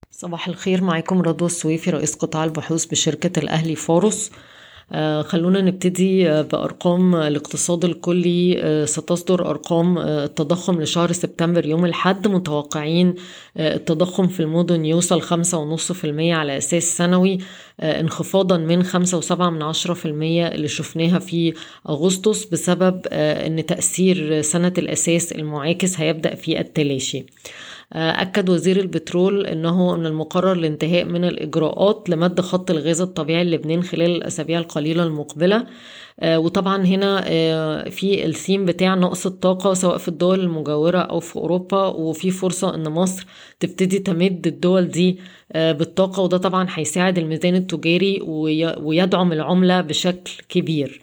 صباح الخير، معاكم رضوى السويفي رئيس قطاع البحوث بشركة الأهلي فورس. خلونا نبتدي بأرقام الاقتصاد الكلي. ستصدر أرقام التضخم لشهر سبتمبر يوم الأحد، متوقعين التضخم في المدن يوصل 5.5% على أساس سنوي، انخفاضا من 5.7% اللي شفناها في أغسطس، بسبب أن تأثير سنة الأساس المعاكس هيبدأ في التلاشي. أكد وزير البترول أنه من المقرر الانتهاء من الإجراءات لمد خط الغاز الطبيعي للبنان خلال الأسابيع القليلة المقبلة. وطبعا هنا في الثيم بتاع نقص الطاقة سواء في الدول المجاورة أو في أوروبا، وفي فرصة أن مصر تبتدي تمد الدول دي بالطاقة، وده طبعا هيساعد الميزان التجاري ويدعم العملة بشكل كبير.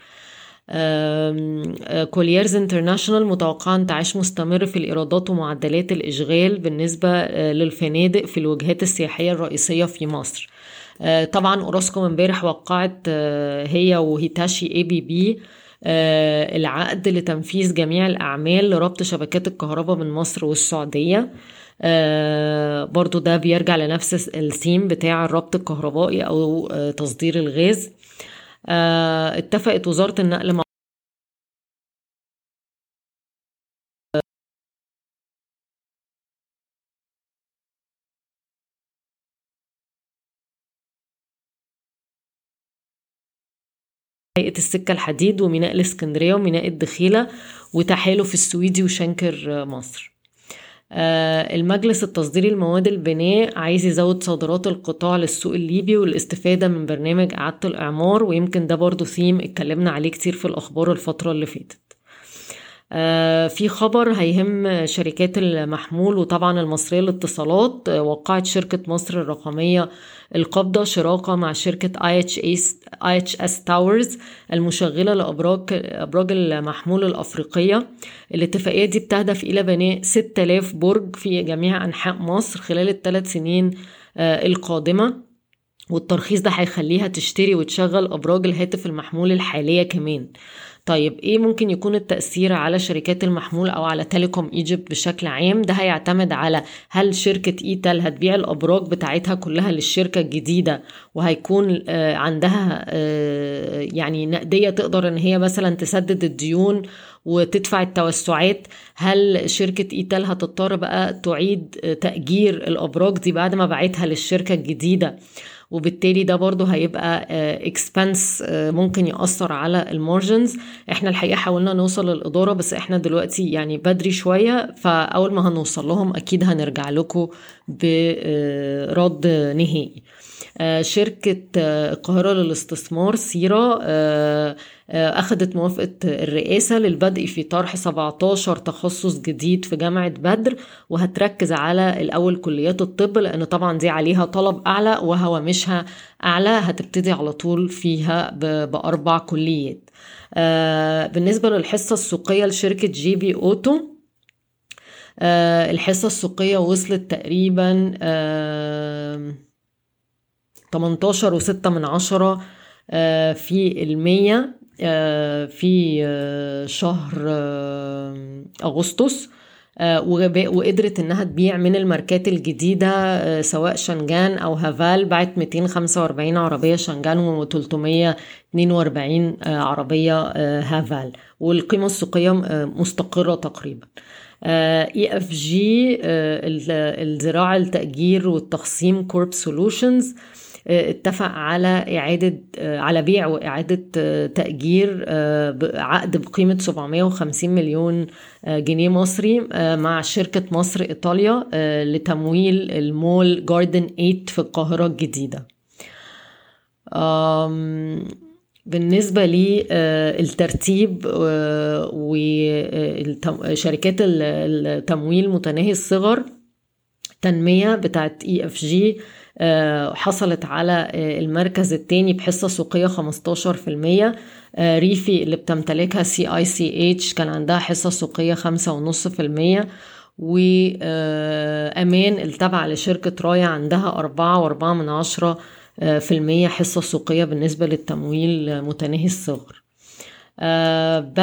كوليرز انترناشونال متوقع انتعاش مستمر في الإيرادات ومعدلات الإشغال بالنسبة للفنادق في الوجهات السياحية الرئيسية في مصر. طبعا أوراسكوم امبارح وقعت هي وهيتاشي اي بي بي العقد لتنفيذ جميع الأعمال لربط شبكات الكهرباء من مصر والسعودية. برضو ده بيرجع لنفس الثيم بتاع الربط الكهربائي أو تصدير الغاز. اتفقت وزارة النقل مع هيئة السكة الحديد وميناء الإسكندرية وميناء الدخيلة وتحالف السويدي وشنكر مصر. المجلس التصديري المواد البناء عايز يزود صادرات القطاع للسوق الليبي والاستفادة من برنامج إعادة الإعمار، ويمكن ده برضو ثيم اتكلمنا عليه كتير في الأخبار الفترة اللي فاتت. في خبر هيهم شركات المحمول وطبعا المصرية للاتصالات. وقعت شركة مصر الرقمية القابضة شراكة مع شركة IHS Towers المشغلة لأبراج المحمول الأفريقية. الاتفاقية دي بتهدف إلى بناء 6000 برج في جميع أنحاء مصر خلال ال3 سنين القادمة، والترخيص ده هيخليها تشتري وتشغل أبراج الهاتف المحمول الحالية كمان. طيب ايه ممكن يكون التأثير على شركات المحمول او على تيليكوم ايجيبت بشكل عام؟ ده هيعتمد على هل شركة ايتال هتبيع الابراج بتاعتها كلها للشركة الجديدة، وهيكون عندها يعني نقدية تقدر ان هي مثلا تسدد الديون وتدفع التوسعات. هل شركة ايتال هتضطر بقى تعيد تأجير الابراج دي بعد ما باعتها للشركة الجديدة؟ وبالتالي ده برضو هيبقى اكسبنس ممكن يأثر على المارجنز. احنا الحقيقة حاولنا نوصل للإدارة، بس احنا دلوقتي يعني بدري شوية، فأول ما هنوصل لهم أكيد هنرجع لكم برد نهائي. شركة القاهرة للاستثمار سيرا أخذت موافقة الرئاسة للبدء في طرح 17 تخصص جديد في جامعة بدر، وهتركز على الأول كليات الطب لأن طبعا دي عليها طلب أعلى وهوامشها أعلى، هتبتدي على طول فيها ب4 كليات. بالنسبة للحصة السوقية لشركة جي بي أوتو، الحصة السوقية وصلت تقريبا 18.6% في المية في شهر أغسطس، وقدرت انها تبيع من الماركات الجديدة سواء شنغان او هافال. باعت 245 عربية شنغان و342 عربية هافال، والقيمة السوقية مستقرة تقريبا. EFG الزراعة التأجير والتخصيم كورب سولوشنز اتفق على بيع وإعادة تأجير عقد بقيمة 750 مليون جنيه مصري مع شركة مصر إيطاليا لتمويل المول جاردن 8 في القاهرة الجديدة. بالنسبة للترتيب وشركات التمويل متناهي الصغر، تنمية بتاعت EFG حصلت على المركز الثاني بحصة سوقية 15%. ريفي اللي بتمتلكها CICH كان عندها حصة سوقية 5.5%، وأمان التابعة لشركة رايا عندها 4.4% حصة سوقية بالنسبة للتمويل متناهي الصغر.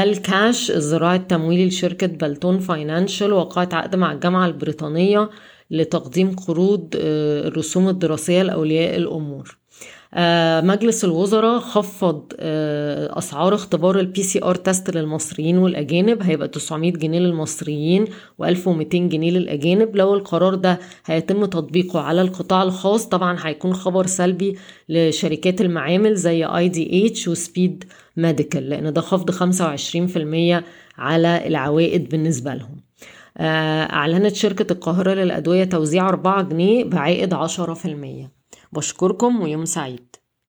بالكاش الزراعة التمويلي لشركة بلتون فاينانشال وقعت عقد مع الجامعة البريطانية لتقديم قروض الرسوم الدراسية لأولياء الأمور. مجلس الوزراء خفض أسعار اختبار الPCR تست للمصريين والأجانب، هيبقى 900 جنيه للمصريين و1200 جنيه للأجانب. لو القرار ده هيتم تطبيقه على القطاع الخاص طبعا هيكون خبر سلبي لشركات المعامل زي IDH وسبيد ميديكال، لأن ده خفض 25% على العوائد بالنسبة لهم. أعلنت شركة القاهرة للأدوية توزيع 4 جنيه بعائد 10%. بشكركم ويوم سعيد.